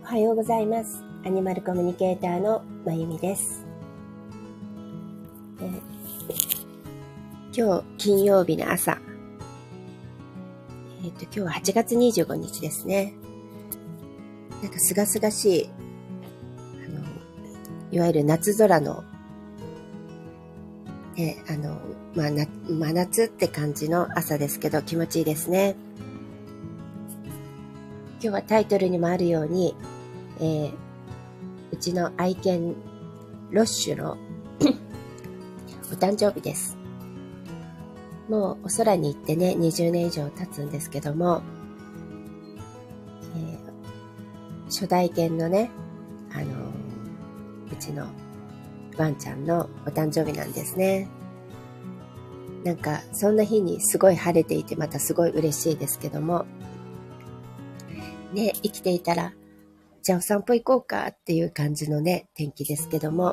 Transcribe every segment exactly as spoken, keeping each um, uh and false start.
おはようございます。アニマルコミュニケーターのまゆみです。えー、今日金曜日の朝、えっと今日ははちがつにじゅうごにちですね。なんかすがすがしい、あのいわゆる夏空の、ね、あのまあ、な真夏って感じの朝ですけど気持ちいいですね。今日はタイトルにもあるように、えー、うちの愛犬ロッシュのお誕生日です。もうお空に行ってねにじゅうねん以上経つんですけども、えー、初代犬のね、あのー、うちのワンちゃんのお誕生日なんですね。なんかそんな日にすごい晴れていてまたすごい嬉しいですけどもね、生きていたらじゃあお散歩行こうかっていう感じのね天気ですけども、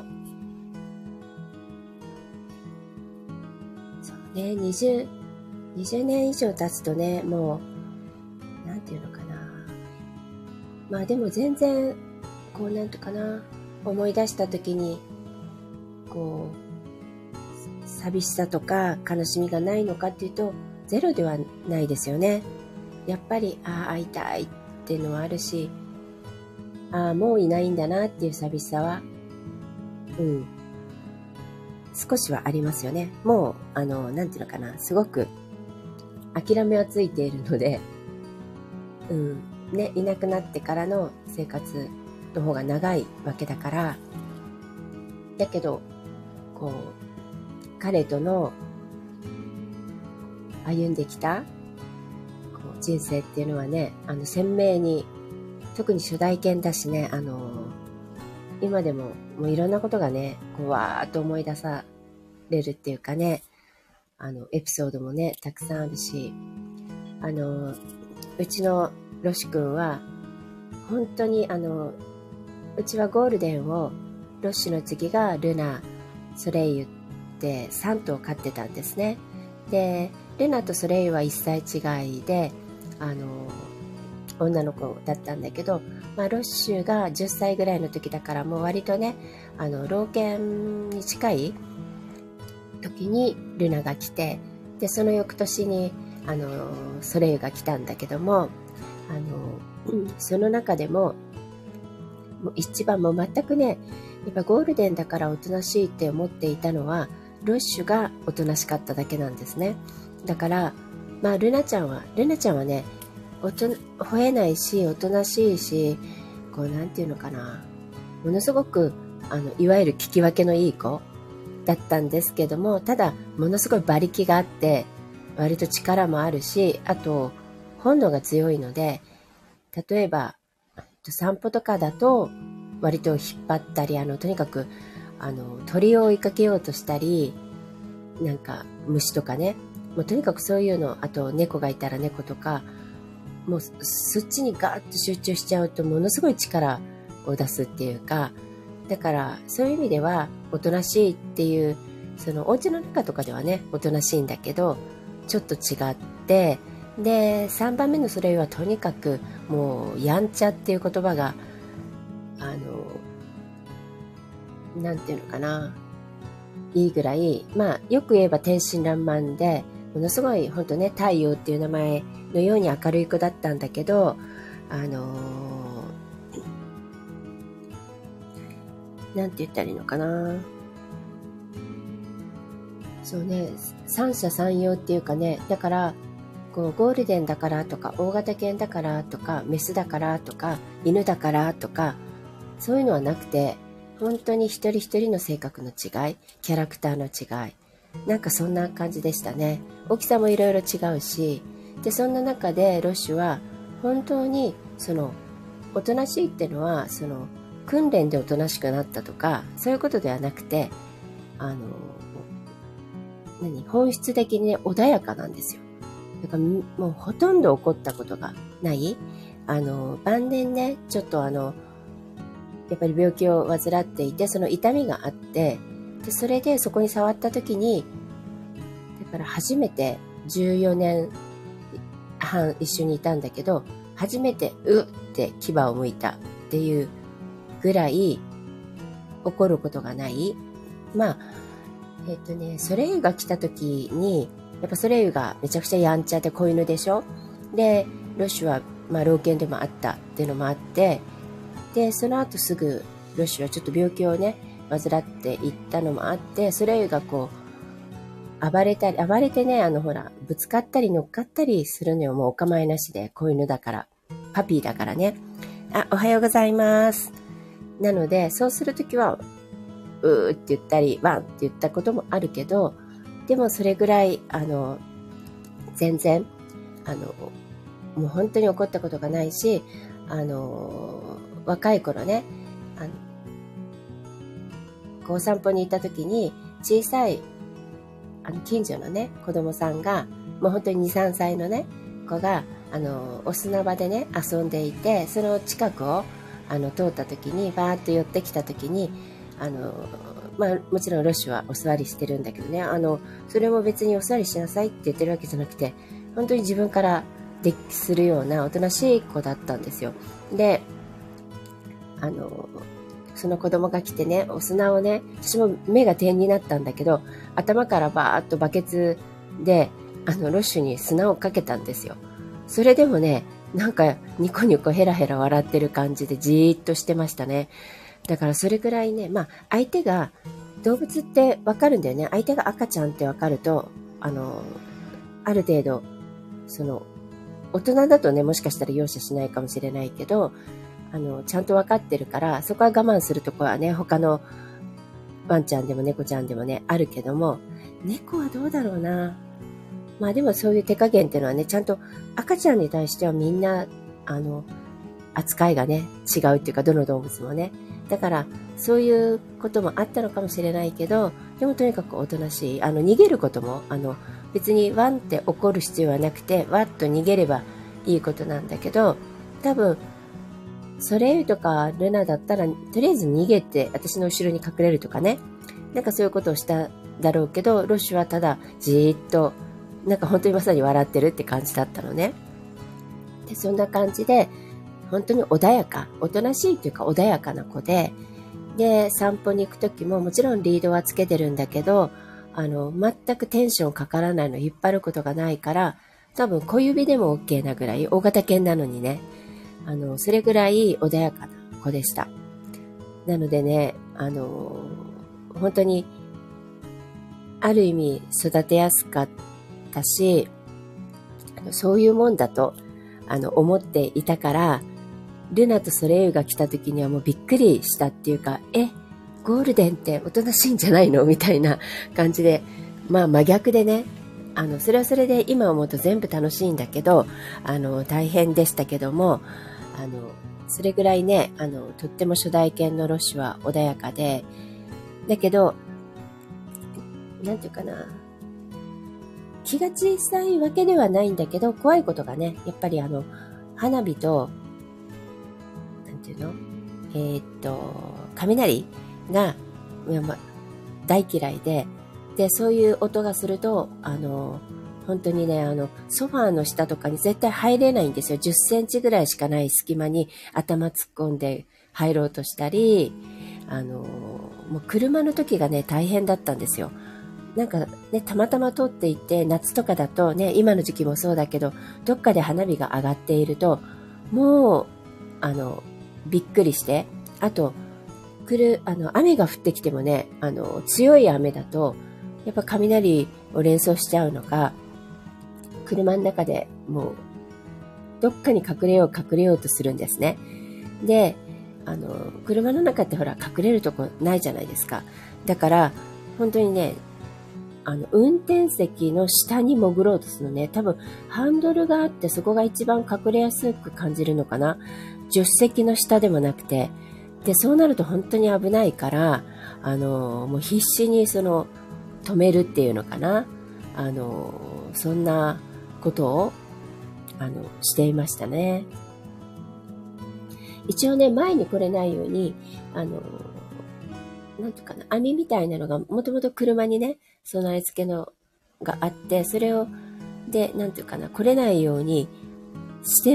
そうね、にじゅう、にじゅうねん以上経つとね、もうなんていうのかな、まあでも全然こうなんとかな、思い出した時にこう寂しさとか悲しみがないのかっていうとゼロではないですよね。やっぱりああ会いたいっていうのはあるし、ああもういないんだなっていう寂しさはうん少しはありますよね。もうあのなんていうのかな、すごく諦めはついているので、うんね、いなくなってからの生活の方が長いわけだから、だけどこう彼との歩んできたこう人生っていうのはね、あの鮮明に、特に初代犬だしね、あの今でももういろんなことがねこうわーっと思い出されるっていうかね、あのエピソードもねたくさんあるし、あのうちのロシ君は本当にあのうちはゴールデンをロッシュの次がルナ、ソレイユってさんとう飼ってたんですね。でルナとソレイユはいっさい違いであの女の子だったんだけど、まあ、ロッシュがじゅっさいぐらいの時だからもう割とねあの老犬に近い時にルナが来て、でその翌年にあのソレイユが来たんだけども、あの、うん、その中でももう一番もう全くねやっぱゴールデンだからおとなしいって思っていたのはロッシュがおとなしかっただけなんですね。だからまあルナちゃんはルナちゃんはねおと吠えないしおとなしいし、こうなんていうのかな、ものすごくあのいわゆる聞き分けのいい子だったんですけども、ただものすごい馬力があって割と力もあるし、あと本能が強いので、例えば散歩とかだと割と引っ張ったり、あのとにかくあの鳥を追いかけようとしたり、なんか虫とかね、もうとにかくそういうの、あと猫がいたら猫とか、もうそっちにガーッと集中しちゃうとものすごい力を出すっていうか、だからそういう意味ではおとなしいっていう、そのお家の中とかではねおとなしいんだけどちょっと違って、でさんばんめのそれはとにかくもうやんちゃっていう言葉があのなんていうのかな、いいぐらい、まあよく言えば天真爛漫でものすごい本当ね太陽っていう名前のように明るい子だったんだけど、あのー、なんて言ったらいいのかな、そうね、三者三様っていうかね、だからこうゴールデンだからとか大型犬だからとかメスだからとか犬だからとかそういうのはなくて、本当に一人一人の性格の違い、キャラクターの違い、なんかそんな感じでしたね。大きさもいろいろ違うし、でそんな中でロッシュは本当にそのおとなしいっていうのはその訓練でおとなしくなったとかそういうことではなくて、あの何本質的に、ね、穏やかなんですよ。だからもうほとんど怒ったことがない。あの晩年ねちょっとあのやっぱり病気を患っていて、その痛みがあって、でそれでそこに触った時に、だから初めてじゅうよねんはん一緒にいたんだけど初めてうって牙を剥いたっていうぐらい怒ることがない。まあ、えっとね、ソレイユが来た時に、やっぱソレイユがめちゃくちゃやんちゃで子犬でしょ。で、ロシュは、まあ、老犬でもあったっていうのもあって、で、その後すぐロシュはちょっと病気をね、患っていったのもあって、ソレイユがこう、暴れたり、暴れてね、あのほら、ぶつかったり乗っかったりするのよ、もうお構いなしで、子犬だから。パピーだからね。あ、おはようございます。なので、そうするときは、うーって言ったり、ワンって言ったこともあるけど、でもそれぐらい、あの、全然、あの、もう本当に怒ったことがないし、あの、若い頃ね、あの、こうお散歩に行った時に、小さい、あの、近所のね、子供さんが、もう本当にに、さんさいのね、子が、あの、お砂場でね、遊んでいて、その近くを、あの、通った時に、バーッと寄ってきた時に、あの、まあ、もちろんロッシュはお座りしてるんだけどね、あの、それも別にお座りしなさいって言ってるわけじゃなくて、本当に自分からでするようなおとなしい子だったんですよ。で、あの、その子供が来てね、お砂をね、私も目が点になったんだけど、頭からバーッとバケツで、あの、ロッシュに砂をかけたんですよ。それでもね、なんかニコニコヘラヘラ笑ってる感じでじーっとしてましたね。だからそれぐらいね、まあ相手が、動物ってわかるんだよね。相手が赤ちゃんってわかると、あの、ある程度、その、大人だとね、もしかしたら容赦しないかもしれないけど、あの、ちゃんとわかってるから、そこは我慢するとこはね、他のワンちゃんでも猫ちゃんでもね、あるけども、猫はどうだろうな。まあでもそういう手加減っていうのはね、ちゃんと赤ちゃんに対してはみんな、あの、扱いがね、違うっていうか、どの動物もね。だから、そういうこともあったのかもしれないけど、でもとにかくおとなしい。あの、逃げることも、あの、別にワンって怒る必要はなくて、わっと逃げればいいことなんだけど、多分、ソレイユとかルナだったら、とりあえず逃げて、私の後ろに隠れるとかね。なんかそういうことをしただろうけど、ロッシュはただ、じーっと、なんか本当にまさに笑ってるって感じだったのね。で、そんな感じで、本当に穏やか、おとなしいというか穏やかな子で、で、散歩に行くときももちろんリードはつけてるんだけど、あの、全くテンションかからないの、引っ張ることがないから、多分小指でも OK なぐらい、大型犬なのにね、あの、それぐらい穏やかな子でした。なのでね、あの、本当に、ある意味育てやすかったし、そういうもんだと、あの、思っていたから、ルナとソレイユが来た時にはもうびっくりしたっていうか、え、ゴールデンっておとなしいんじゃないのみたいな感じで、まあ真逆でね、あの、それはそれで今思うと全部楽しいんだけど、あの、大変でしたけども、あの、それぐらいね、あの、とっても初代犬のロッシュは穏やかで、だけど、なんていうかな、気が小さいわけではないんだけど、怖いことがね、やっぱりあの、花火と、なんていうのえー、っと、雷が、まあ、大嫌いで、で、そういう音がすると、あの、本当にね、あの、ソファーの下とかに絶対入れないんですよ。じゅっセンチぐらいしかない隙間に頭突っ込んで入ろうとしたり、あの、もう車の時がね、大変だったんですよ。なんかね、たまたま通っていて、夏とかだとね、今の時期もそうだけど、どっかで花火が上がっていると、もう、あの、びっくりして、あと、来る、あの、雨が降ってきてもね、あの、強い雨だと、やっぱ雷を連想しちゃうのか、車の中でもう、どっかに隠れよう隠れようとするんですね。で、あの、車の中ってほら、隠れるとこないじゃないですか。だから、本当にね、あの、運転席の下に潜ろうとするのね。多分、ハンドルがあって、そこが一番隠れやすく感じるのかな。助手席の下でもなくて。で、そうなると本当に危ないから、あの、もう必死にその、止めるっていうのかな。あの、そんなことを、あの、していましたね。一応ね、前に来れないように、あの、なんていうかな、網みたいなのが、もともと車にね、備え付けのがあって、それを、で、なんていうかな、来れないようにしてる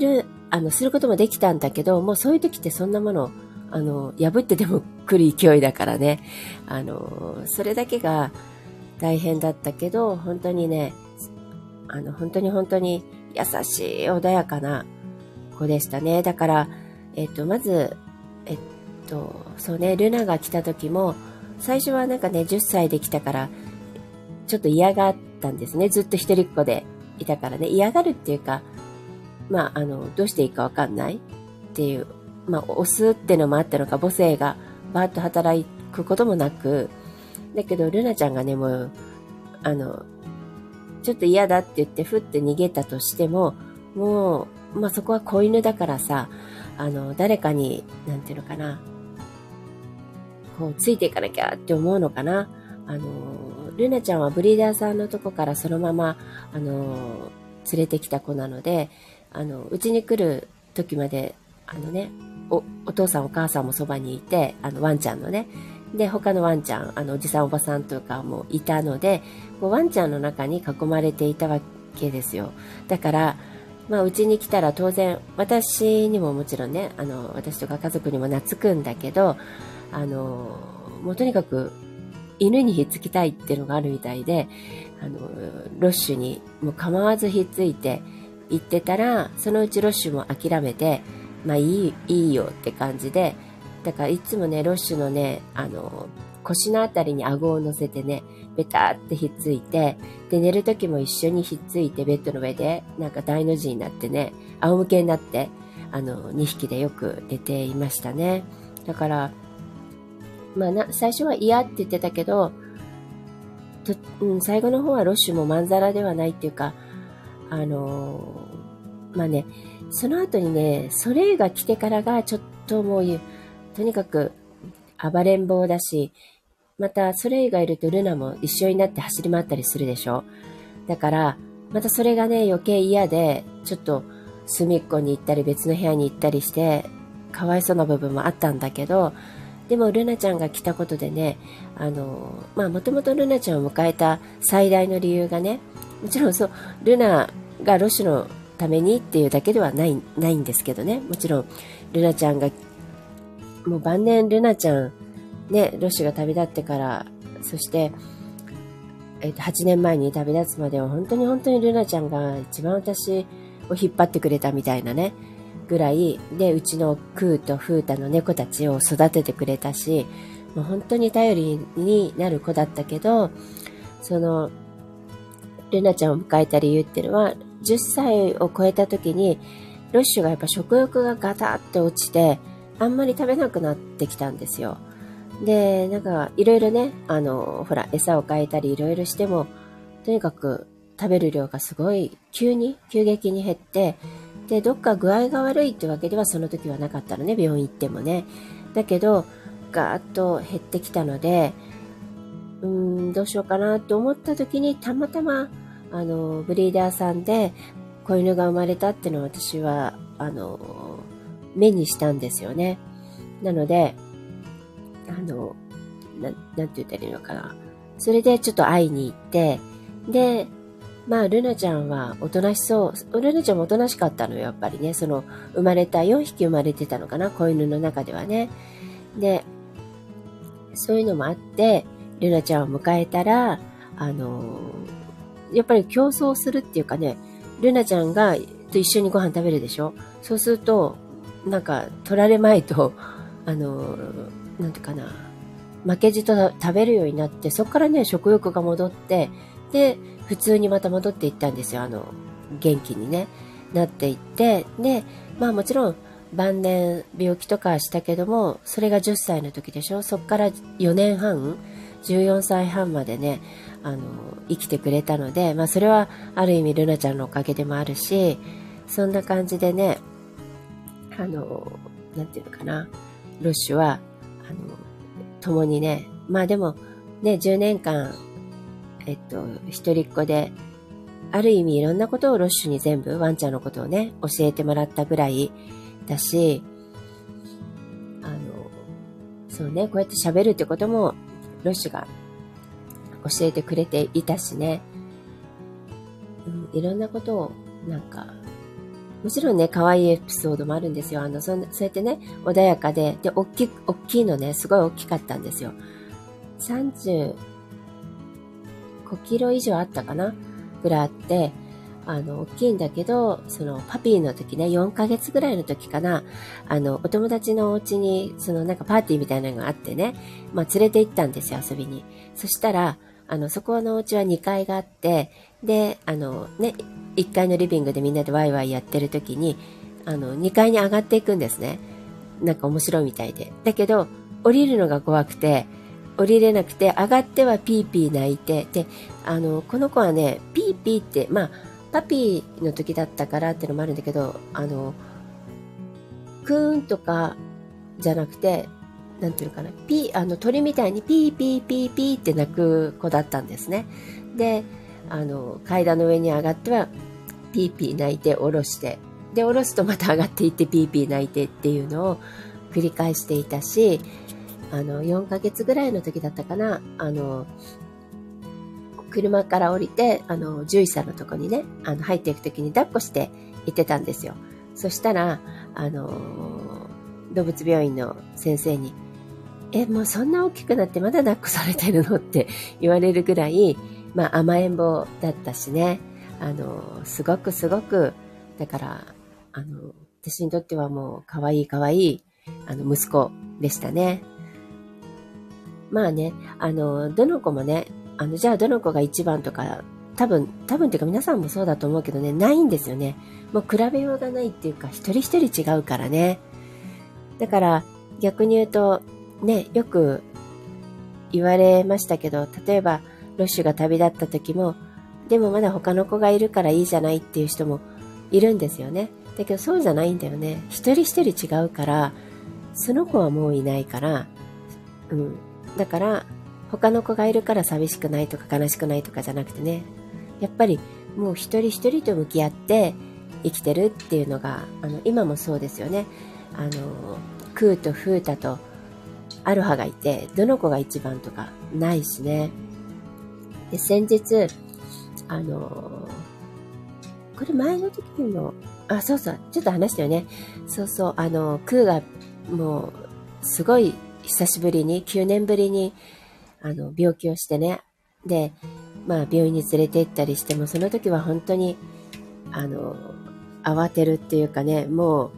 あの、することもできたんだけど、もうそういう時ってそんなもの、あの、破ってでも来る勢いだからね。あの、それだけが大変だったけど、本当にね、あの、本当に本当に優しい穏やかな子でしたね。だから、えっと、まず、えっと、そうね、ルナが来た時も、最初はなんかね、じゅっさいで来たから、ちょっと嫌がったんですね。ずっと一人っ子でいたからね。嫌がるっていうか、まあ、あの、どうしていいかわかんないっていう、まあ、オスってのもあったのか、母性がバーッと働くこともなく、だけど、ルナちゃんがね、もう、あの、ちょっと嫌だって言って、ふって逃げたとしても、もう、まあ、そこは子犬だからさ、あの、誰かに、なんていうのかな、こう、ついていかなきゃって思うのかな。あの、ルナちゃんはブリーダーさんのとこからそのまま、あの、連れてきた子なので、あの、うちに来る時まで、あのね、お、お父さんお母さんもそばにいて、あの、ワンちゃんのね、で、他のワンちゃん、あの、おじさんおばさんとかもいたので、こうワンちゃんの中に囲まれていたわけですよ。だから、まあ、うちに来たら当然、私にももちろんね、あの、私とか家族にも懐くんだけど、あの、もうとにかく、犬にひっつきたいっていうのがあるみたいで、あの、ロッシュにもう構わずひっついて行ってたら、そのうちロッシュも諦めて、まあいい、いいよって感じで、だからいつもね、ロッシュのね、あの、腰のあたりに顎を乗せてね、ベタってひっついて、で、寝る時も一緒にひっついてベッドの上で、なんか大の字になってね、仰向けになって、あの、にひきでよく寝ていましたね。だから、まあな、最初は嫌って言ってたけど、とうん、最後の方はロッシュもまんざらではないっていうか、あのー、まあね、その後にね、ソレイが来てからがちょっともう、とにかく暴れん坊だし、またソレイがいるとルナも一緒になって走り回ったりするでしょ。だから、またそれがね、余計嫌で、ちょっと隅っこに行ったり別の部屋に行ったりして、かわいそうな部分もあったんだけど、でもルナちゃんが来たことでね、あの、まあもともとルナちゃんを迎えた最大の理由がね、もちろんそう、ルナがロシュのためにっていうだけではない、ないんですけどね、もちろんルナちゃんが、もう晩年ルナちゃん、ね、ロシュが旅立ってから、そして、えっと、はちねんまえに旅立つまでは本当に本当にルナちゃんが一番私を引っ張ってくれたみたいなね、ぐらいで、うちのクーとフータの猫たちを育ててくれたし、もう本当に頼りになる子だったけど、その、ルナちゃんを迎えた理由っていうのは、じゅっさいを超えた時に、ロッシュがやっぱ食欲がガタって落ちて、あんまり食べなくなってきたんですよ。で、なんか、いろいろね、あの、ほら、餌を変えたりいろいろしても、とにかく食べる量がすごい急に、急激に減って、で、どっか具合が悪いってわけではその時はなかったのね、病院行ってもね。だけど、ガーッと減ってきたので、うーん、どうしようかなと思った時に、たまたま、あの、ブリーダーさんで子犬が生まれたっていうのを私は、あの、目にしたんですよね。なので、あの、ななんて言ったらいいのかな。それでちょっと会いに行って、で、まあ、ルナちゃんはおとなしそう。ルナちゃんもおとなしかったのよ、やっぱりね。その、生まれた、よんひき生まれてたのかな、子犬の中ではね。で、そういうのもあって、ルナちゃんを迎えたら、あの、やっぱり競争するっていうかね、ルナちゃんがと一緒にご飯食べるでしょ。そうすると、なんか、取られまいと、あの、なんていうかな、負けじと食べるようになって、そこからね、食欲が戻って、で、普通にまた戻っていったんですよ。あの、元気にね、なっていって、で、まあもちろん、晩年病気とかしたけども、それがじゅっさいの時でしょ。そこからよねんはん、じゅうよんさいはんまでね、あの、生きてくれたので、まあそれはある意味ルナちゃんのおかげでもあるし、そんな感じでね、あの、なんていうのかな、ロッシュは、あの、共にね、まあでも、ね、じゅうねんかん、えっと、一人っ子で、ある意味いろんなことをロッシュに全部、ワンちゃんのことをね、教えてもらったぐらいだし、あの、そうね、こうやって喋るってことも、ロッシュが教えてくれていたしね、うん、いろんなことを、なんか、 もちろんね、可愛いエピソードもあるんですよ。あの、そんそうやってね、穏やかで、で、大きい、大きいのね、すごい大きかったんですよ。さんじゅうごキロ以上あったかなぐらいあって、あの、大きいんだけど、その、パピーの時ね、よんかげつぐらいの時かな、あの、お友達のお家に、その、なんかパーティーみたいなのがあってね、まあ、連れて行ったんですよ、遊びに。そしたら、あの、そこのお家はにかいがあって、で、あの、ね、いっかいのリビングでみんなでワイワイやってる時に、あの、にかいに上がっていくんですね。なんか面白いみたいで。だけど、降りるのが怖くて、降りれなくて、上がってはピーピー泣いて、で、あの、この子はね、ピーピーって、まあ、パピーの時だったからってのもあるんだけど、あの、クーンとかじゃなくて、なんていうのかな、ピー、あの、鳥みたいにピーピーピーピーって鳴く子だったんですね。で、あの、階段の上に上がっては、ピーピー泣いて下ろして、で、下ろすとまた上がっていってピーピー泣いてっていうのを繰り返していたし、あの、よんかげつぐらいの時だったかな、あの、車から降りて、あの、獣医さんのとこにね、あの、入っていく時に抱っこして行ってたんですよ。そしたら、あの、動物病院の先生に、え、もうそんな大きくなってまだ抱っこされてるのって言われるぐらい、まあ甘えん坊だったしね、あの、すごくすごく、だから、あの、私にとってはもう可愛い可愛い、あの、息子でしたね。まあね、あの、どの子もね、あの、じゃあどの子が一番とか、多分、多分っていうか皆さんもそうだと思うけどね、ないんですよね。もう比べようがないっていうか、一人一人違うからね。だから、逆に言うと、ね、よく言われましたけど、例えば、ロッシュが旅立った時も、でもまだ他の子がいるからいいじゃないっていう人もいるんですよね。だけどそうじゃないんだよね。一人一人違うから、その子はもういないから、うん。だから、他の子がいるから寂しくないとか悲しくないとかじゃなくてね、やっぱりもう一人一人と向き合って生きてるっていうのが、あの、今もそうですよね。あの、クーとフータとアロハがいて、どの子が一番とかないしね。で、先日、あの、これ前の時にも、あ、そうそう、ちょっと話したよね。そうそう、あの、クーがもう、すごい久しぶりに、きゅうねんぶりに、あの、病気をしてね。で、まあ、病院に連れて行ったりしても、その時は本当に、あの、慌てるっていうかね、も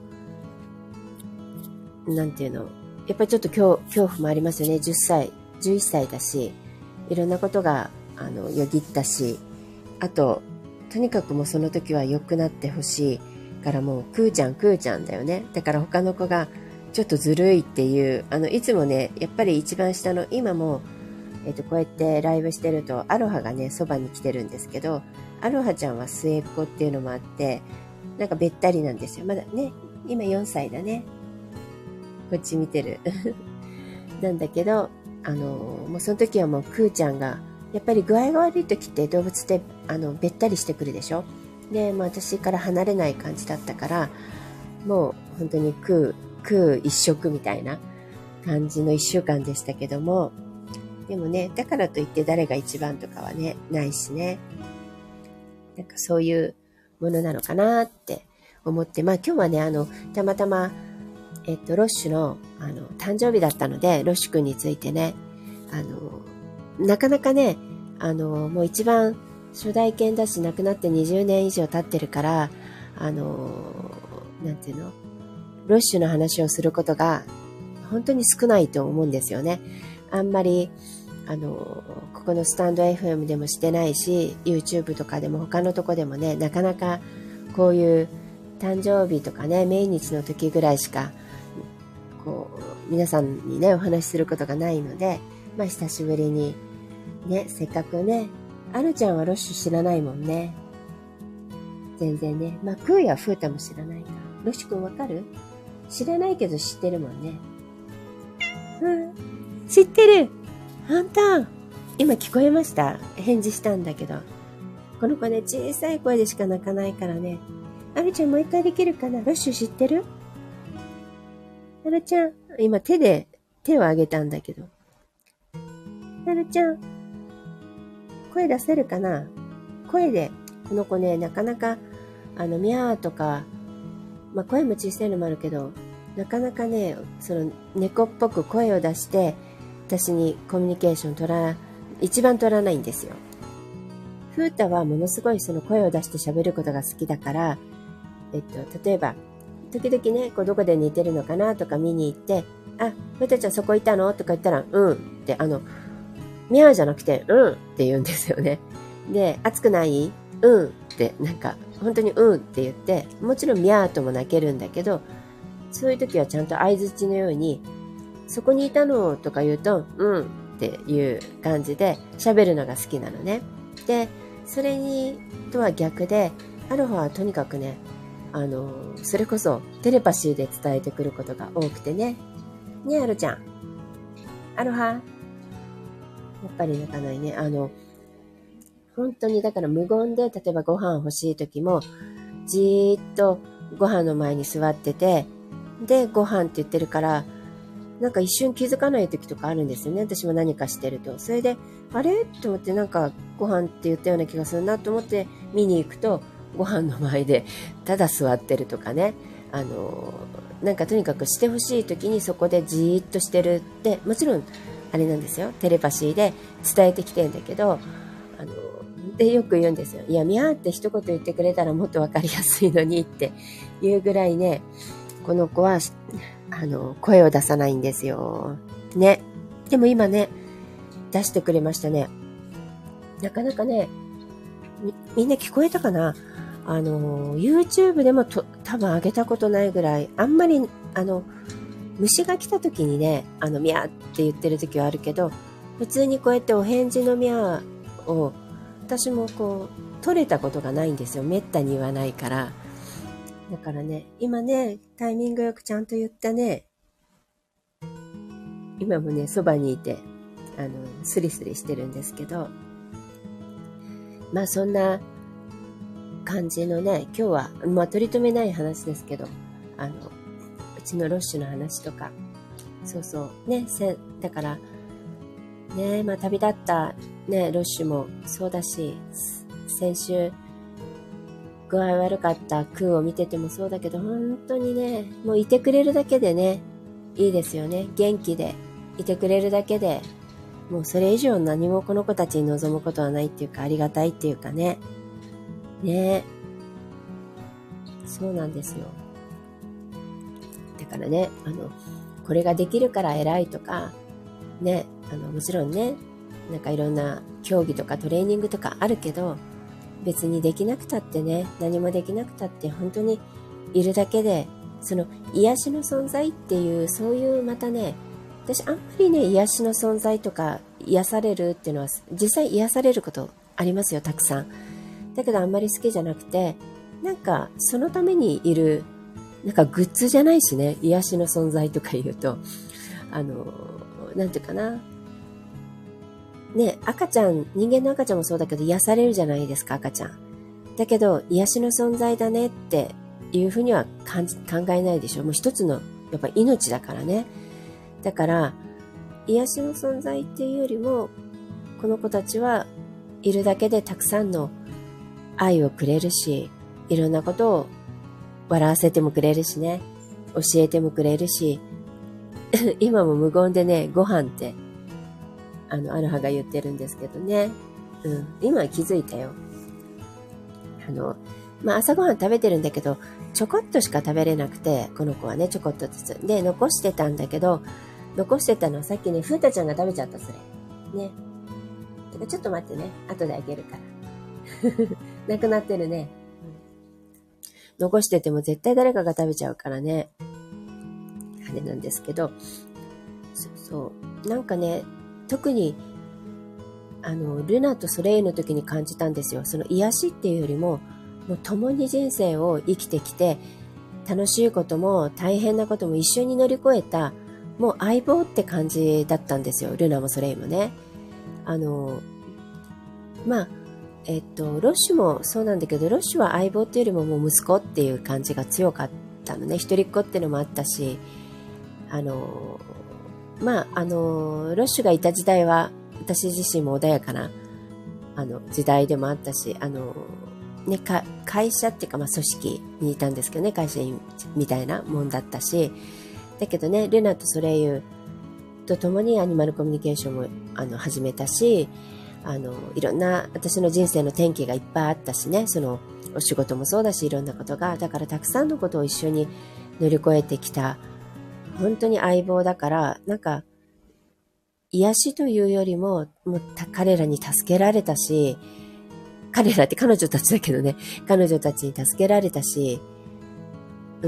う、なんていうの、やっぱりちょっと恐恐怖もありますよね。じゅっさい、じゅういっさいだし、いろんなことが、あの、よぎったし、あと、とにかくもうその時は良くなってほしいからもう、クーちゃん、クーちゃんだよね。だから他の子が、ちょっとずるいっていう、あの、いつもね、やっぱり一番下の、今も、えっと、こうやってライブしてると、アロハがね、そばに来てるんですけど、アロハちゃんは末っ子っていうのもあって、なんかべったりなんですよ。まだね、今よんさいだね。こっち見てる。なんだけど、あの、もうその時はもうクーちゃんが、やっぱり具合が悪い時って動物って、あの、べったりしてくるでしょ。で、まあ私から離れない感じだったから、もう本当にクー、クー一色みたいな感じの一週間でしたけども、でもね、だからといって誰が一番とかはね、ないしね。なんかそういうものなのかなって思って、まあ今日はね、あの、たまたま、えっと、ロッシュの、あの、誕生日だったので、ロッシュ君についてね、あの、なかなかね、あの、もう一番初代犬だし、亡くなってにじゅうねん以上経ってるから、あの、なんていうの、ロッシュの話をすることが本当に少ないと思うんですよね。あんまり、あの、ここのスタンド エフエム でもしてないし、YouTube とかでも他のとこでもね、なかなかこういう誕生日とかね、命日の時ぐらいしか、こう、皆さんにね、お話しすることがないので、まあ久しぶりに、ね、せっかくね、アルちゃんはロッシュ知らないもんね。全然ね。まあ、クーやフータも知らないな。ロッシュくんわかる？知らないけど知ってるもんね。うん。知ってる。本当。今聞こえました？返事したんだけど。この子ね、小さい声でしか泣かないからね。アルちゃんもう一回できるかな？ロッシュ知ってる？アルちゃん。今手で、手を挙げたんだけど。アルちゃん。声出せるかな？声で。この子ね、なかなか、あの、ミャーとか、 まあ声も小さいのもあるけど、なかなかね、その猫っぽく声を出して、私にコミュニケーション取ら、一番取らないんですよ。ふうたはものすごいその声を出して喋ることが好きだから、えっと、例えば、時々ね、こうどこで寝てるのかなとか見に行って、あ、ふうたちゃんそこいたのとか言ったら、うんって、あの、ミャーじゃなくて、うんって言うんですよね。で、暑くないうんって、なんか、本当にうんって言って、もちろんミャーとも泣けるんだけど、そういう時はちゃんと相槌のように、そこにいたのとか言うと、うんっていう感じで喋るのが好きなのね。で、それに、とは逆で、アロハはとにかくね、あの、それこそテレパシーで伝えてくることが多くてね。ねえ、アロちゃん。アロハ。やっぱり泣かないね。あの、本当にだから無言で、例えばご飯欲しい時も、じーっとご飯の前に座ってて、で、ご飯って言ってるから、なんか一瞬気づかない時とかあるんですよね。私も何かしてると。それで、あれと思ってなんかご飯って言ったような気がするなと思って見に行くと、ご飯の前でただ座ってるとかね。あの、なんかとにかくしてほしい時にそこでじーっとしてるって、もちろんあれなんですよ。テレパシーで伝えてきてんだけど、あの、でよく言うんですよ。いや、ミャーって一言言ってくれたらもっとわかりやすいのにっていうぐらいね、この子は、あの、声を出さないんですよ。ね。でも今ね、出してくれましたね。なかなかね、み、みんな聞こえたかな？あの、YouTube でもと多分上げたことないぐらい、あんまり、あの、虫が来た時にね、あの、ミャーって言ってる時はあるけど、普通にこうやってお返事のミャーを、私もこう、取れたことがないんですよ。めったに言わないから。だからね、今ね、タイミングよくちゃんと言ったね。今もね、そばにいて、あの、スリスリしてるんですけど、まあそんな感じのね、今日は、まあ取り留めない話ですけど、あの、うちのロッシュの話とか、そうそう、ね、せだから、ね、まあ旅立ったね、ロッシュもそうだし、先週、具合悪かったクーを見ててもそうだけど、本当にね、もういてくれるだけでね、いいですよね。元気でいてくれるだけで、もうそれ以上何もこの子たちに望むことはないっていうか、ありがたいっていうかね。ね。そうなんですよ。だからね、あの、これができるから偉いとか、ね、あの、もちろんね、なんかいろんな競技とかトレーニングとかあるけど、別にできなくたってね、何もできなくたって本当にいるだけで、その癒しの存在っていう、そういうまたね、私あんまりね、癒しの存在とか癒されるっていうのは、実際癒されることありますよ、たくさん。だけどあんまり好きじゃなくて、なんかそのためにいる、なんかグッズじゃないしね、癒しの存在とか言うと、あの、なんていうかな、ね、赤ちゃん、人間の赤ちゃんもそうだけど癒されるじゃないですか、赤ちゃん。だけど、癒しの存在だねっていうふうには感じ考えないでしょ。もう一つの、やっぱ命だからね。だから、癒しの存在っていうよりも、この子たちはいるだけでたくさんの愛をくれるし、いろんなことを笑わせてもくれるしね。教えてもくれるし、今も無言でね、ご飯って、あの、アロハが言ってるんですけどね。うん。今は気づいたよ。あの、まあ、朝ごはん食べてるんだけど、ちょこっとしか食べれなくて、この子はね、ちょこっとずつ。で、残してたんだけど、残してたのはさっきね、ふうたちゃんが食べちゃった、それ。ね。だからちょっと待ってね。後であげるから。なくなってるね。うん、残してても絶対誰かが食べちゃうからね。あれなんですけど、そうそう。なんかね、特に、あの、ルナとソレイユの時に感じたんですよ。その癒しっていうよりも、もう共に人生を生きてきて、楽しいことも大変なことも一緒に乗り越えた、もう相棒って感じだったんですよ。ルナもソレイユもね。あの、まあ、えっと、ロッシュもそうなんだけど、ロッシュは相棒っていうよりももう息子っていう感じが強かったのね。一人っ子っていうのもあったし、あの、まあ、あの、ロッシュがいた時代は、私自身も穏やかな、あの、時代でもあったし、あの、 ね、か、会社っていうか、まあ、組織にいたんですけどね、会社員みたいなもんだったし、だけどね、ルナとソレイユと共にアニマルコミュニケーションも、あの、始めたし、あの、いろんな私の人生の転機がいっぱいあったしね、その、お仕事もそうだし、いろんなことが、だからたくさんのことを一緒に乗り越えてきた、本当に相棒だから、なんか、癒しというよりも、もう彼らに助けられたし、彼らって彼女たちだけどね、彼女たちに助けられたし、うん、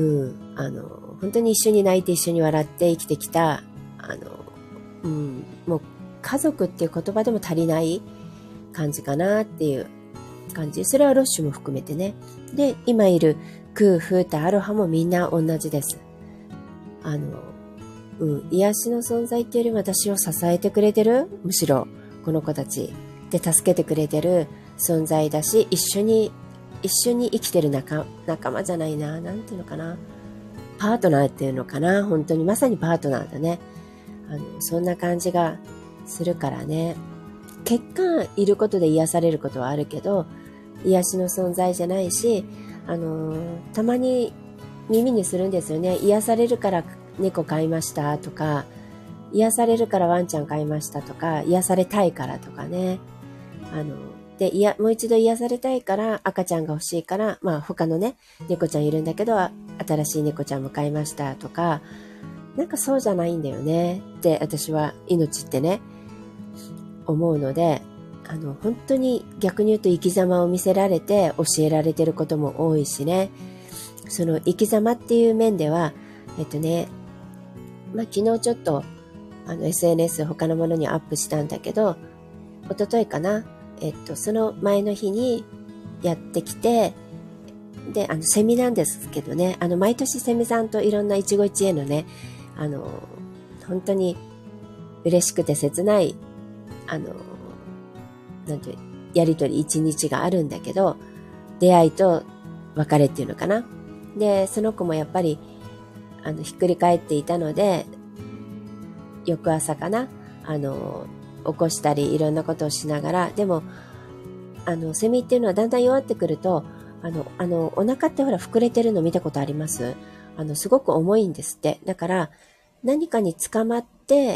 あの、本当に一緒に泣いて一緒に笑って生きてきた、あの、うん、もう家族っていう言葉でも足りない感じかなっていう感じ。それはロッシュも含めてね。で、今いるクーフータアロハもみんな同じです。あの、うん、癒しの存在っていうよりも私を支えてくれてる、むしろこの子たちで助けてくれてる存在だし、一緒に一緒に生きてる仲仲間じゃないな、なんていうのかな、パートナーっていうのかな、本当にまさにパートナーだね。あのそんな感じがするからね。結果いることで癒されることはあるけど、癒しの存在じゃないし、あのたまに耳にするんですよね。癒されるから猫飼いましたとか、癒されるからワンちゃん飼いましたとか、癒されたいからとかね。あの、で、いや、もう一度癒されたいから赤ちゃんが欲しいから、まあ他のね、猫ちゃんいるんだけど、新しい猫ちゃんも飼いましたとか、なんかそうじゃないんだよねって私は命ってね、思うので、あの、本当に逆に言うと生き様を見せられて教えられてることも多いしね、その生き様っていう面では、えっとね、まあ昨日ちょっとあの エスエヌエス 他のものにアップしたんだけど、一昨日かな、えっと、その前の日にやってきて、で、あの、セミなんですけどね、あの、毎年セミさんといろんな一期一会のね、あの、本当に嬉しくて切ない、あの、なんていう、やりとり一日があるんだけど、出会いと別れっていうのかな。で、その子もやっぱり、あの、ひっくり返っていたので、翌朝かな、あの、起こしたりいろんなことをしながら、でも、あの、セミっていうのはだんだん弱ってくると、あの、あの、お腹ってほら膨れてるの見たことあります？あの、すごく重いんですって。だから、何かに捕まって、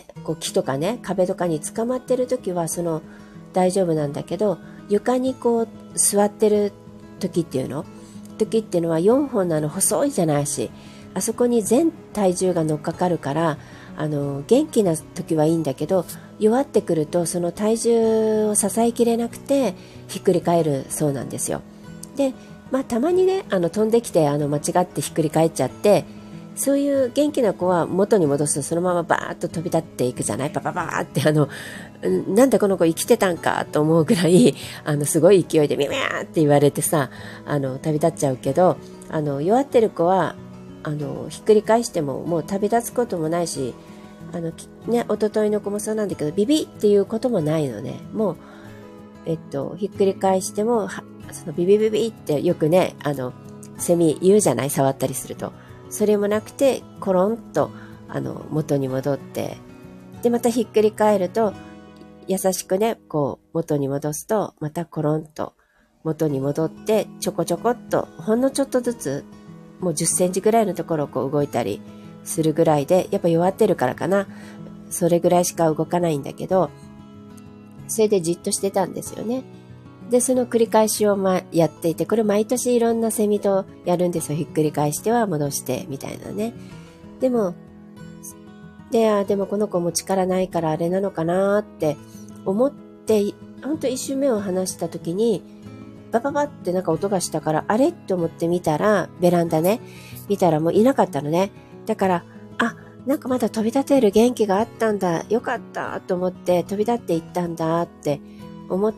こう木とかね、壁とかに捕まってる時は、その、大丈夫なんだけど、床にこう、座ってる時っていうの時っていうのはよんほんのあの、細いじゃないし、あそこに全体重が乗っかかるから、あの、元気な時はいいんだけど、弱ってくるとその体重を支えきれなくてひっくり返るそうなんですよ。で、まあたまにね、あの飛んできてあの間違ってひっくり返っちゃって、そういう元気な子は元に戻すとそのままバーッと飛び立っていくじゃない、パパパーってあの、なんでこの子生きてたんかと思うぐらい、あのすごい勢いでミャーって言われてさ、あの旅立っちゃうけど、あの弱ってる子はあのひっくり返してももう旅立つこともないし、あのね、一昨日の子もそうなんだけど、ビビっていうこともないのね。もう、えっと、ひっくり返しても、そのビビビビってよくね、あの、セミ言うじゃない、触ったりすると。それもなくて、コロンと、あの、元に戻って、で、またひっくり返ると、優しくね、こう、元に戻すと、またコロンと元に戻って、ちょこちょこっと、ほんのちょっとずつ、もうじゅっセンチぐらいのところをこう動いたり、するぐらいで、やっぱ弱ってるからかな。それぐらいしか動かないんだけど、それでじっとしてたんですよね。で、その繰り返しを、ま、やっていて、これ毎年いろんなセミとやるんですよ。ひっくり返しては戻して、みたいなね。でも、で、あ、でもこの子も力ないからあれなのかなって思って、ほんと一瞬目を離した時に、バババってなんか音がしたから、あれって思って見たら、ベランダね、見たらもういなかったのね。だから、あ、なんかまだ飛び立てる元気があったんだ、よかったと思って飛び立っていったんだって思って、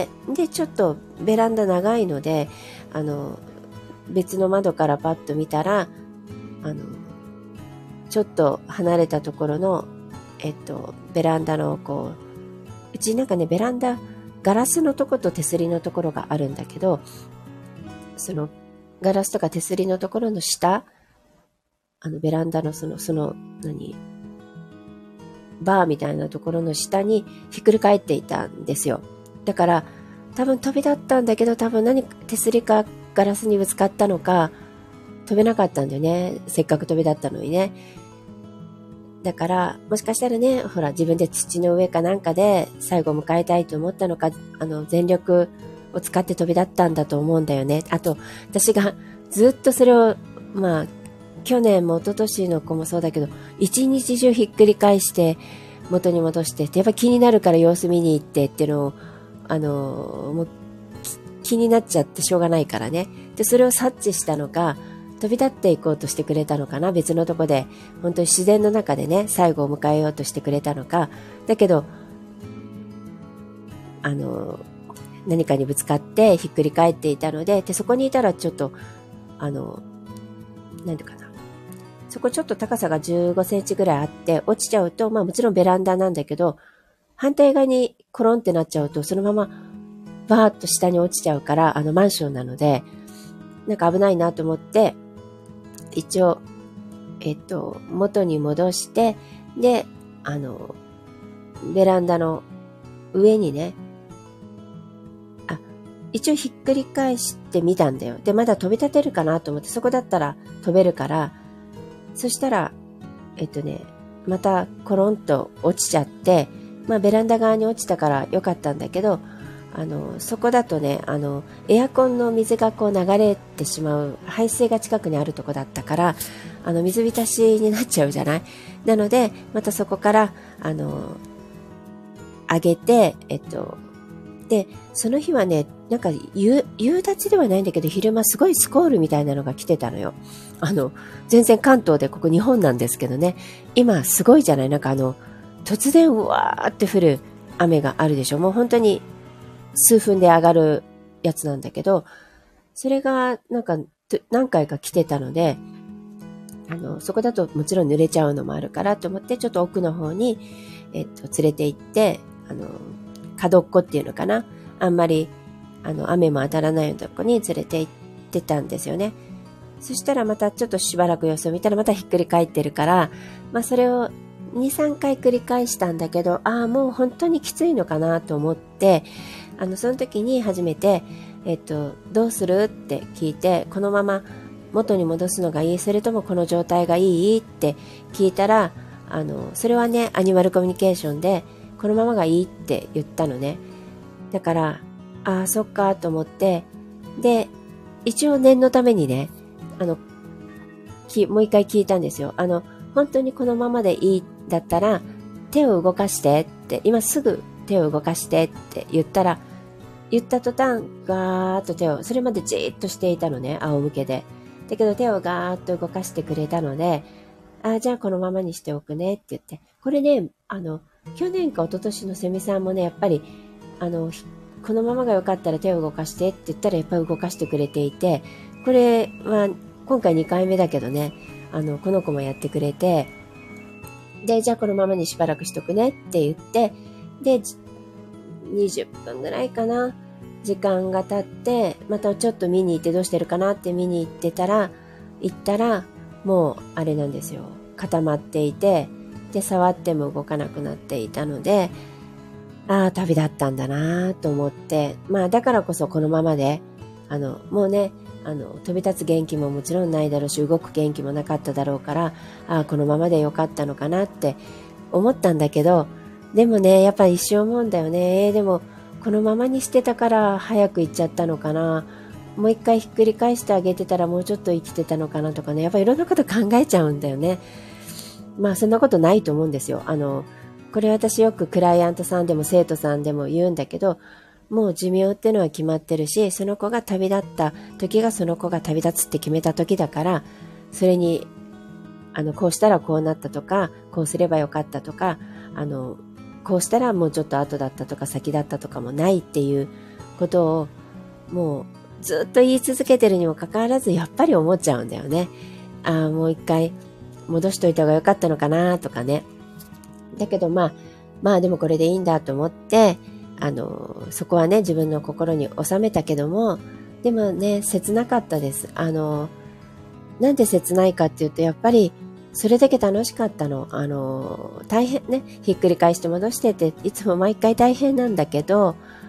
で、ちょっとベランダ長いので、あの、別の窓からパッと見たら、あの、ちょっと離れたところの、えっと、ベランダのこう、うちなんかね、ベランダ、ガラスのとこと手すりのところがあるんだけど、そのガラスとか手すりのところの下、あのベランダのその、その、何バーみたいなところの下にひっくり返っていたんですよ。だから、 多分飛び立ったんだけど、多分何か手すりかガラスにぶつかったのか、飛べなかったんだよね。せっかく飛び立ったのにね。だから、もしかしたらね、ほら、自分で土の上かなんかで最後を迎えたいと思ったのか、あの、全力を使って飛び立ったんだと思うんだよね。あと、私がずっとそれを、まあ、去年も一昨年の子もそうだけど、一日中ひっくり返して、元に戻して、やっぱ気になるから様子見に行ってっていうのを、あの、もう気になっちゃってしょうがないからね。で、それを察知したのか、飛び立っていこうとしてくれたのかな、別のとこで。本当に自然の中でね、最後を迎えようとしてくれたのか。だけど、あの、何かにぶつかってひっくり返っていたので、で、そこにいたらちょっと、あの、なんていうかな。そこちょっと高さがじゅうごセンチぐらいあって、落ちちゃうと、まあもちろんベランダなんだけど、反対側にコロンってなっちゃうと、そのままバーッと下に落ちちゃうから、あのマンションなので、なんか危ないなと思って、一応、えっと、元に戻して、で、あの、ベランダの上にね、あ、一応ひっくり返してみたんだよ。で、まだ飛び立てるかなと思って、そこだったら飛べるから、そしたら、えっとね、またコロンと落ちちゃって、まあベランダ側に落ちたからよかったんだけど、あの、そこだとね、あの、エアコンの水がこう流れてしまう、排水が近くにあるとこだったから、あの、水浸しになっちゃうじゃない。なので、またそこから、あの、上げて、えっと、で、その日はね、なんか夕、夕立ではないんだけど、昼間すごいスコールみたいなのが来てたのよ。あの、全然関東でここ日本なんですけどね、今すごいじゃない。なんかあの、突然うわーって降る雨があるでしょ。もう本当に数分で上がるやつなんだけど、それがなんか何回か来てたので、あの、そこだともちろん濡れちゃうのもあるからと思って、ちょっと奥の方に、えっと、連れて行って、あの、角っこっていうのかな。あんまり、あの、雨も当たらないようなとこに連れて行ってたんですよね。そしたらまたちょっとしばらく様子を見たらまたひっくり返ってるから、まあそれをに、さんかい繰り返したんだけど、ああ、もう本当にきついのかなと思って、あの、その時に初めて、えっと、どうするって聞いて、このまま元に戻すのがいい、それともこの状態がいいって聞いたら、あの、それはね、アニマルコミュニケーションで、このままがいいって言ったのね。だから、ああ、そっかと思って、で、一応念のためにね、あの、きもう一回聞いたんですよ。あの、本当にこのままでいいだったら、手を動かしてって、今すぐ手を動かしてって言ったら、言った途端、ガーッと手を、それまでじーっとしていたのね、仰向けで。だけど手をガーッと動かしてくれたので、あ、じゃあこのままにしておくねって言って。これね、あの、去年か一昨年のセミさんもね、やっぱり、あの、このままがよかったら手を動かしてって言ったらやっぱり動かしてくれていて、これは今回にかいめだけどね、あの、この子もやってくれて、で、じゃあこのままにしばらくしとくねって言って、で、にじゅっぷんぐらいかな、時間が経って、またちょっと見に行ってどうしてるかなって見に行ってたら、行ったら、もうあれなんですよ。固まっていて、で、触っても動かなくなっていたので、ああ、旅だったんだなと思って、まあだからこそこのままで、あの、もうね、あの、飛び立つ元気ももちろんないだろうし、動く元気もなかっただろうから、ああ、このままでよかったのかなって思ったんだけど、でもね、やっぱり一生思うんだよね。でも、このままにしてたから早く行っちゃったのかな。もう一回ひっくり返してあげてたらもうちょっと生きてたのかなとかね。やっぱりいろんなこと考えちゃうんだよね。まあそんなことないと思うんですよ。あの、これ私よくクライアントさんでも生徒さんでも言うんだけど、もう寿命ってのは決まってるし、その子が旅立った時がその子が旅立つって決めた時だから、それに、あの、こうしたらこうなったとか、こうすればよかったとか、あの、こうしたらもうちょっと後だったとか先だったとかもないっていうことを、もうずっと言い続けてるにもかかわらず、やっぱり思っちゃうんだよね。ああ、もう一回戻しといた方がよかったのかなとかね。だけどまあ、まあでもこれでいいんだと思って、あの、そこはね、自分の心に収めたけども、でもね、切なかったです。あの、なんで切ないかっていうと、やっぱり、それだけ楽しかったの。あの、大変ね、ひっくり返して戻してって、いつも毎回大変なんだけど、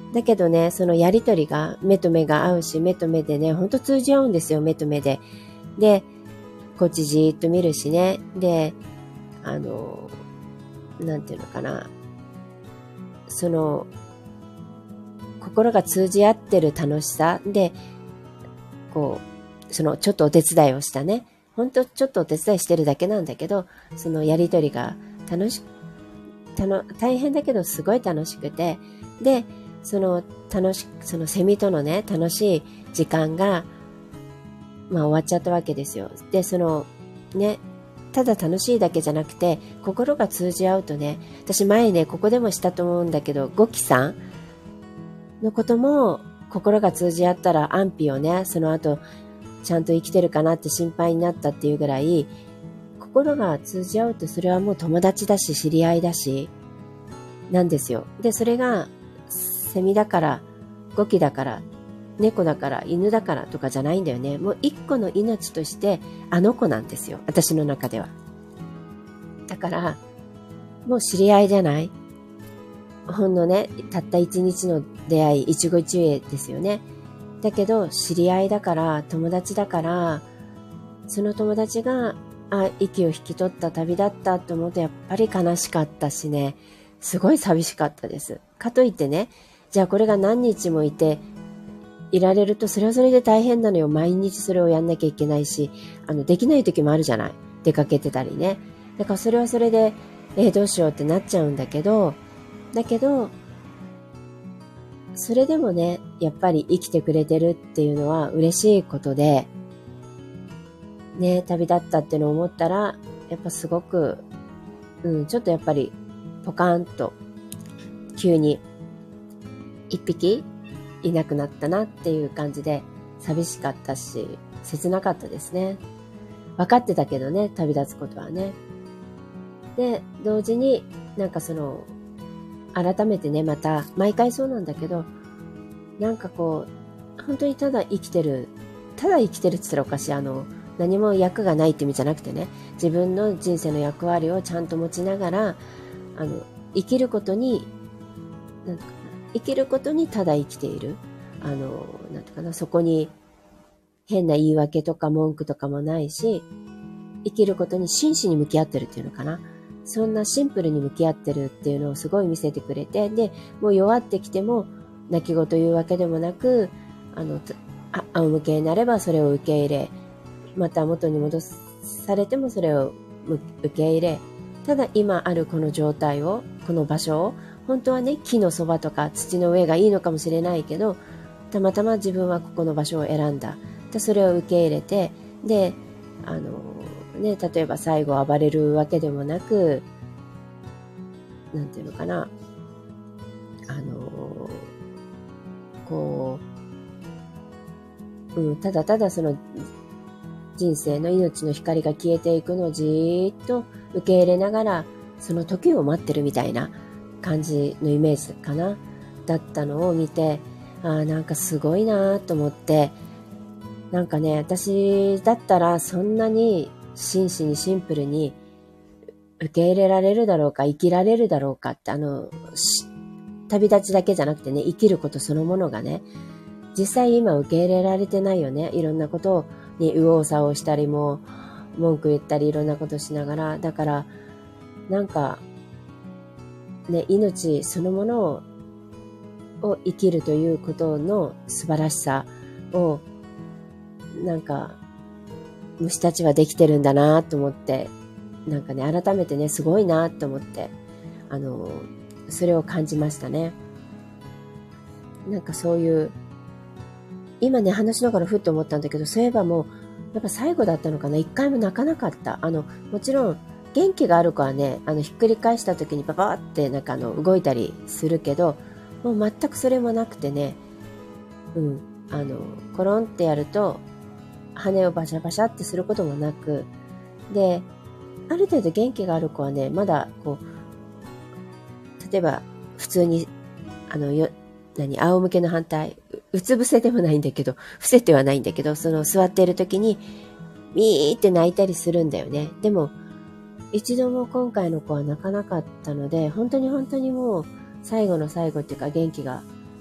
だけどね、そのやりとりが目と目が合うし、目と目でね、ほんと通じ合うんですよ、目と目で。で、こっちじーっと見るしね。で、あの、なんていうのかな。その、心が通じ合ってる楽しさで、こう、そのちょっとお手伝いをしたね。ほんとちょっとお手伝いしてるだけなんだけど、そのやりとりが楽し、たの、大変だけどすごい楽しくて、で、その楽し、そのセミとのね、楽しい時間が、まあ終わっちゃったわけですよ。で、その、ね、ただ楽しいだけじゃなくて、心が通じ合うとね、私前ね、ここでもしたと思うんだけど、ゴキさんのことも、心が通じ合ったら安否をね、その後、ちゃんと生きてるかなって心配になったっていうぐらい、心が通じ合うとそれはもう友達だし、知り合いだし、なんですよ。で、それが、セミだから、ゴキだから、猫だから、犬だからとかじゃないんだよね。もう一個の命として、あの子なんですよ。私の中では。だから、もう知り合いじゃない。ほんのね、たった一日の出会い、一期一会ですよね。だけど、知り合いだから、友達だから、その友達が、あ、息を引き取った旅だったと思うと、やっぱり悲しかったしね、すごい寂しかったです。かといってね、じゃあこれが何日もいて、いられると、それはそれで大変なのよ。毎日それをやんなきゃいけないし、あの、できない時もあるじゃない。出かけてたりね。だからそれはそれで、えー、どうしようってなっちゃうんだけど、だけど、それでもね、やっぱり生きてくれてるっていうのは嬉しいことで、ね、旅立ったってのを思ったら、やっぱすごく、うん、ちょっとやっぱり、ポカーンと、急に、一匹いなくなったなっていう感じで、寂しかったし、切なかったですね。分かってたけどね、旅立つことはね。で、同時になんかその、改めてね、また、毎回そうなんだけど、なんかこう、本当にただ生きてる、ただ生きてるって言ったらおかしい、あの、何も役がないって意味じゃなくてね、自分の人生の役割をちゃんと持ちながら、あの、生きることに、なんていうかな、生きることにただ生きている。あの、なんていうかな、そこに変な言い訳とか文句とかもないし、生きることに真摯に向き合ってるっていうのかな。そんなシンプルに向き合ってるっていうのをすごい見せてくれて、で、もう弱ってきても泣き言言うわけでもなく、あの、あ仰向けになればそれを受け入れ、また元に戻されてもそれを受け入れ、ただ今あるこの状態を、この場所を、本当はね、木のそばとか土の上がいいのかもしれないけど、たまたま自分はここの場所を選んだ。でそれを受け入れて、で、あの、ね、例えば最後暴れるわけでもなく、なんていうのかな、あの、こう、うん、ただただその人生の命の光が消えていくのをじーっと受け入れながら、その時を待ってるみたいな感じのイメージかな、だったのを見て、ああ、なんかすごいなと思って、なんかね、私だったらそんなに真摯にシンプルに受け入れられるだろうか、生きられるだろうかって、あの、旅立ちだけじゃなくてね、生きることそのものがね、実際今受け入れられてないよね。いろんなことに右往左往したりも、文句言ったりいろんなことしながら、だから、なんか、ね、命そのものを、を生きるということの素晴らしさを、なんか、虫たちはできてるんだなと思って、なんかね、改めてね、すごいなと思って、あの、それを感じましたね。なんかそういう、今ね、話しながらふっと思ったんだけど、そういえばもう、やっぱ最後だったのかな、一回も泣かなかった。あの、もちろん、元気がある子はね、あの、ひっくり返した時にババーって、なんかあの、動いたりするけど、もう全くそれもなくてね、うん、あの、コロンってやると、羽をバシャバシャってすることもなく、で、ある程度元気がある子はね、まだ、こう、例えば、普通に、あの、よ、何、仰向けの反対、うつ伏せでもないんだけど、伏せてはないんだけど、その座っている時に、ミーって泣いたりするんだよね。でも、一度も今回の子は泣かなかったので、本当に本当にもう、最後の最後っていうか元気が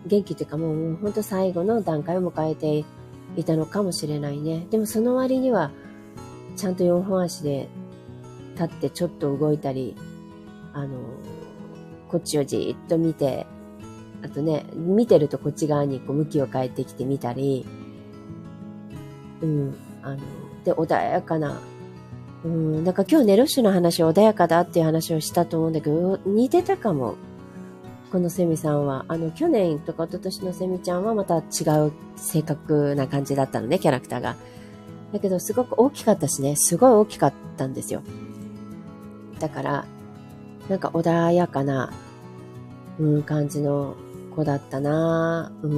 元気というかもう、もう本当最後の段階を迎えていたのかもしれないね。でもその割には、ちゃんとよんほん足で立ってちょっと動いたり、あの、こっちをじーっと見て、あとね、見てるとこっち側にこう向きを変えてきてみたり、うん、あの、で、穏やかな、うん、なんか今日ね、ロッシュの話穏やかだっていう話をしたと思うんだけど、似てたかも。このセミさんは。あの、去年とか一昨年のセミちゃんはまた違う性格な感じだったのね、キャラクターが。だけど、すごく大きかったしね、すごい大きかったんですよ。だから、なんか穏やかな、うん、感じの子だったな。うん、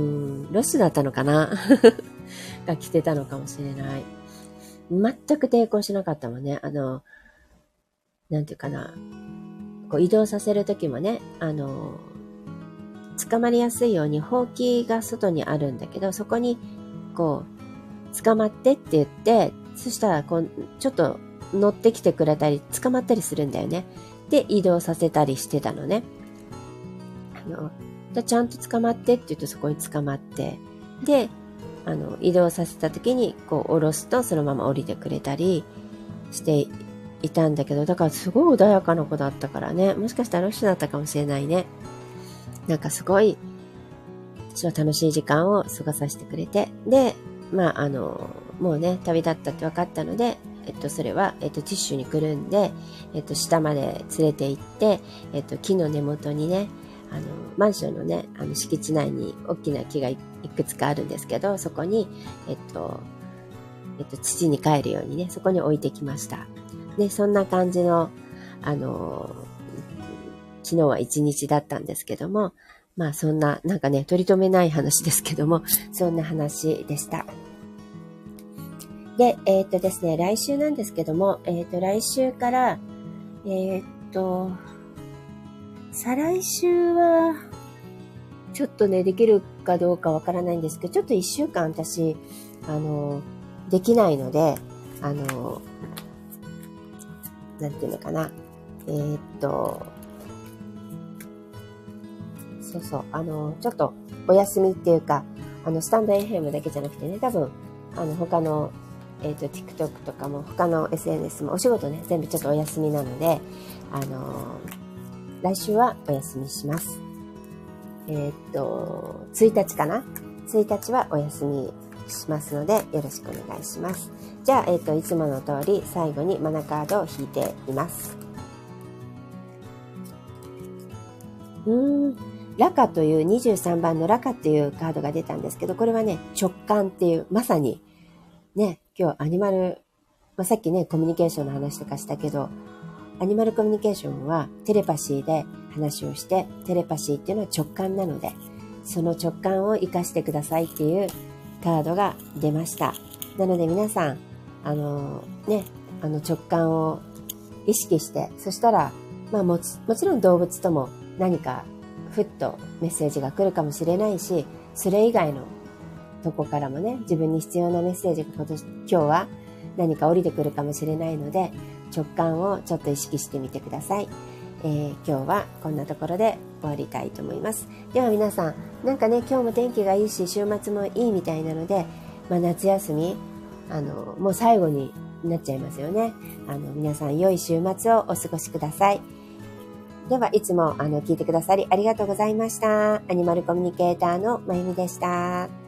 ロスだったのかなが来てたのかもしれない。全く抵抗しなかったもんね。あの、なんていうかな。こう移動させるときもね、あの、捕まりやすいようにほうきが外にあるんだけど、そこに、こう、捕まってって言って、そしたら、こう、ちょっと乗ってきてくれたり、捕まったりするんだよね。で、移動させたりしてたのね。あの、でちゃんと捕まってって言うとそこに捕まって、で、あの、移動させた時に、こう、下ろすとそのまま降りてくれたりしていたんだけど、だからすごい穏やかな子だったからね、もしかしたらロッシュだったかもしれないね。なんかすごい、私は楽しい時間を過ごさせてくれて、で、まあ、あの、もうね、旅立ったって分かったので、えっと、それは、えっと、ティッシュにくるんで、えっと、下まで連れて行って、えっと、木の根元にね、あの、マンションのね、あの、敷地内に大きな木がいくつかあるんですけど、そこに、えっと、えっと、土に帰るようにね、そこに置いてきました。で、そんな感じの、あの、昨日は一日だったんですけども、まあそんな、なんかね、取り留めない話ですけども、そんな話でした。で、えー、っとですね、来週なんですけども、えー、っと、来週から、えー、っと、再来週は、ちょっとね、できるかどうかわからないんですけど、ちょっと一週間私、あの、できないので、あの、なんていうのかな、えー、っと、そうそう、あの、ちょっとお休みっていうか、あの、スタンド エフエム だけじゃなくてね、多分、あの、他の、えっと、TikTok とかも、他の エスエヌエス も、お仕事ね、全部ちょっとお休みなので、あの、来週はお休みします。えっと、ついたちかな ?ついたちはお休みしますので、よろしくお願いします。じゃあ、えっと、いつもの通り、最後にマナカードを引いています。うーん。ラカというにじゅうさんばんのラカっていうカードが出たんですけど、これはね、直感っていう、まさに、ね、今日アニマル、まあ、さっきね、コミュニケーションの話とかしたけど、アニマルコミュニケーションはテレパシーで話をして、テレパシーっていうのは直感なので、その直感を活かしてくださいっていうカードが出ました。なので皆さん、あのね、あの直感を意識して、そしたら、まあもち、もちろん動物とも何かふっとメッセージが来るかもしれないし、それ以外のとこからもね、自分に必要なメッセージが今年、今日は何か降りてくるかもしれないので、直感をちょっと意識してみてください。えー、今日はこんなところで終わりたいと思います。では皆さん、なんかね、今日も天気がいいし、週末もいいみたいなので、まあ夏休み、あの、もう最後になっちゃいますよね。あの、皆さん良い週末をお過ごしください。では、いつもあの聞いてくださりありがとうございました。アニマルコミュニケーターのまゆみでした。